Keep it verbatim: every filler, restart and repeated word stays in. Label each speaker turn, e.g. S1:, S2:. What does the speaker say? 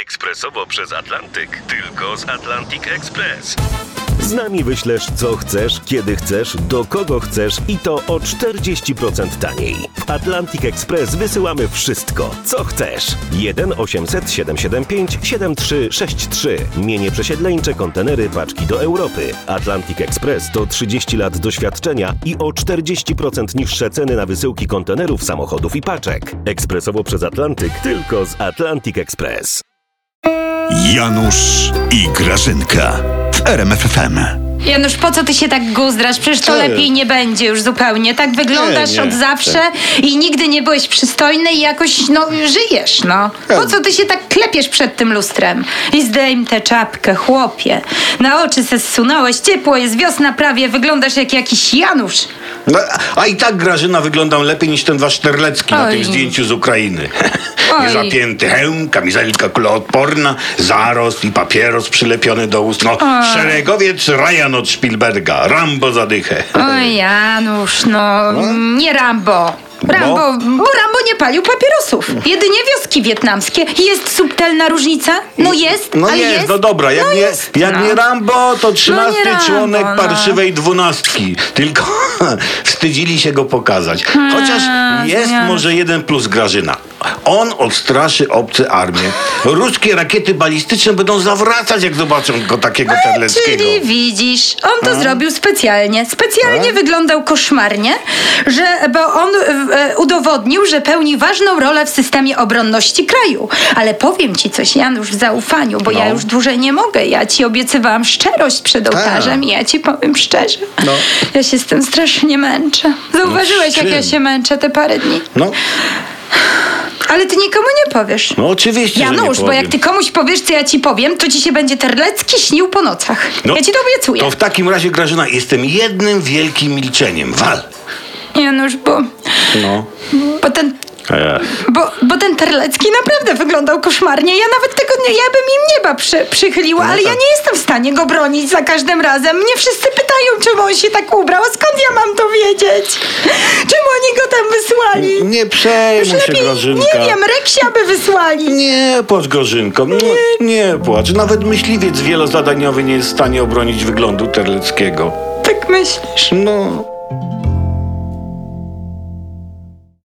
S1: Ekspresowo przez Atlantyk. Tylko z Atlantic Express. Z nami wyślesz co chcesz, kiedy chcesz, do kogo chcesz i to o czterdzieści procent taniej. W Atlantic Express wysyłamy wszystko, co chcesz. jeden osiemset siedemset siedemdziesiąt pięć siedemdziesiąt trzy sześćdziesiąt trzy. Mienie przesiedleńcze, kontenery, paczki do Europy. Atlantic Express to trzydzieści lat doświadczenia i o czterdzieści procent niższe ceny na wysyłki kontenerów, samochodów i paczek. Ekspresowo przez Atlantyk, tylko z Atlantic Express.
S2: Janusz i Grażynka w R M F F M.
S3: Janusz, po co ty się tak guzdrasz? Przecież to
S4: Co
S3: lepiej
S4: jest?
S3: nie będzie już zupełnie. Tak wyglądasz
S4: Nie, nie.
S3: od zawsze i nigdy nie byłeś przystojny i jakoś, no, żyjesz, no. Po co ty się tak klepiesz przed tym lustrem? I zdejm tę czapkę, chłopie. Na oczy se zsunąłeś, ciepło jest, wiosna prawie, wyglądasz jak jakiś Janusz.
S4: No, a i tak Grażyna wyglądam lepiej niż ten wasz Terlecki na
S3: Oj.
S4: tym zdjęciu z Ukrainy.
S3: Oj.
S4: Niezapięty hełm, kamizelka kuloodporna, zarost i papieros przylepiony do ust. No, szeregowiec Ryan od Spielberga. Rambo zadychę.
S3: Oj, Janusz, no, nie Rambo. Rambo, bo Rambo nie palił papierosów. Jedynie wioski wietnamskie. Jest subtelna różnica? No jest,
S4: No
S3: ale
S4: jest,
S3: jest.
S4: no dobra, jak,
S3: no
S4: nie,
S3: jest,
S4: jak
S3: no.
S4: nie Rambo, to trzynasty
S3: No nie
S4: członek
S3: Rambo, no.
S4: parszywej dwunastki. Tylko wstydzili się go pokazać. Chociaż jest
S3: nie.
S4: może jeden plus Grażyna. On odstraszy obce armie. Ruskie rakiety balistyczne będą zawracać, jak zobaczą go takiego Terleckiego.
S3: Czyli widzisz, on to zrobił specjalnie. Specjalnie wyglądał koszmarnie, że, bo on e, udowodnił, że pełni ważną rolę w systemie obronności kraju. Ale powiem ci coś, Janusz, w zaufaniu, bo
S4: No.
S3: ja już dłużej nie mogę. Ja ci obiecywałam szczerość przed ołtarzem i ja ci powiem szczerze.
S4: No.
S3: Ja się z tym strasznie męczę. Zauważyłeś,
S4: z
S3: jak ja
S4: czym?
S3: się męczę te parę dni.
S4: No,
S3: Ale ty nikomu nie powiesz.
S4: no oczywiście, że nie
S3: Janusz, bo jak
S4: powiem.
S3: ty komuś powiesz, co ja ci powiem, to ci się będzie Terlecki śnił po nocach.
S4: No,
S3: ja ci to obiecuję.
S4: To w takim razie, Grażyna, jestem jednym wielkim milczeniem. Wal.
S3: Janusz, bo,
S4: No.
S3: bo ten
S4: E.
S3: Bo, bo ten Terlecki naprawdę wyglądał koszmarnie. Ja nawet tego nie, ja bym im nieba przy, przychyliła,
S4: No
S3: ale
S4: tak.
S3: ja nie jestem w stanie go bronić za każdym razem. Mnie wszyscy pytają, czemu on się tak ubrał. A skąd ja mam to wiedzieć? Czemu oni go tam wysłali?
S4: Nie przejmuj
S3: Już
S4: się,
S3: lepiej,
S4: Grażynka.
S3: nie wiem, Reksia by wysłali.
S4: Nie płacz, Grażynko. Nie, nie płacz. Nawet myśliwiec wielozadaniowy nie jest w stanie obronić wyglądu Terleckiego.
S3: Tak myślisz?
S4: No.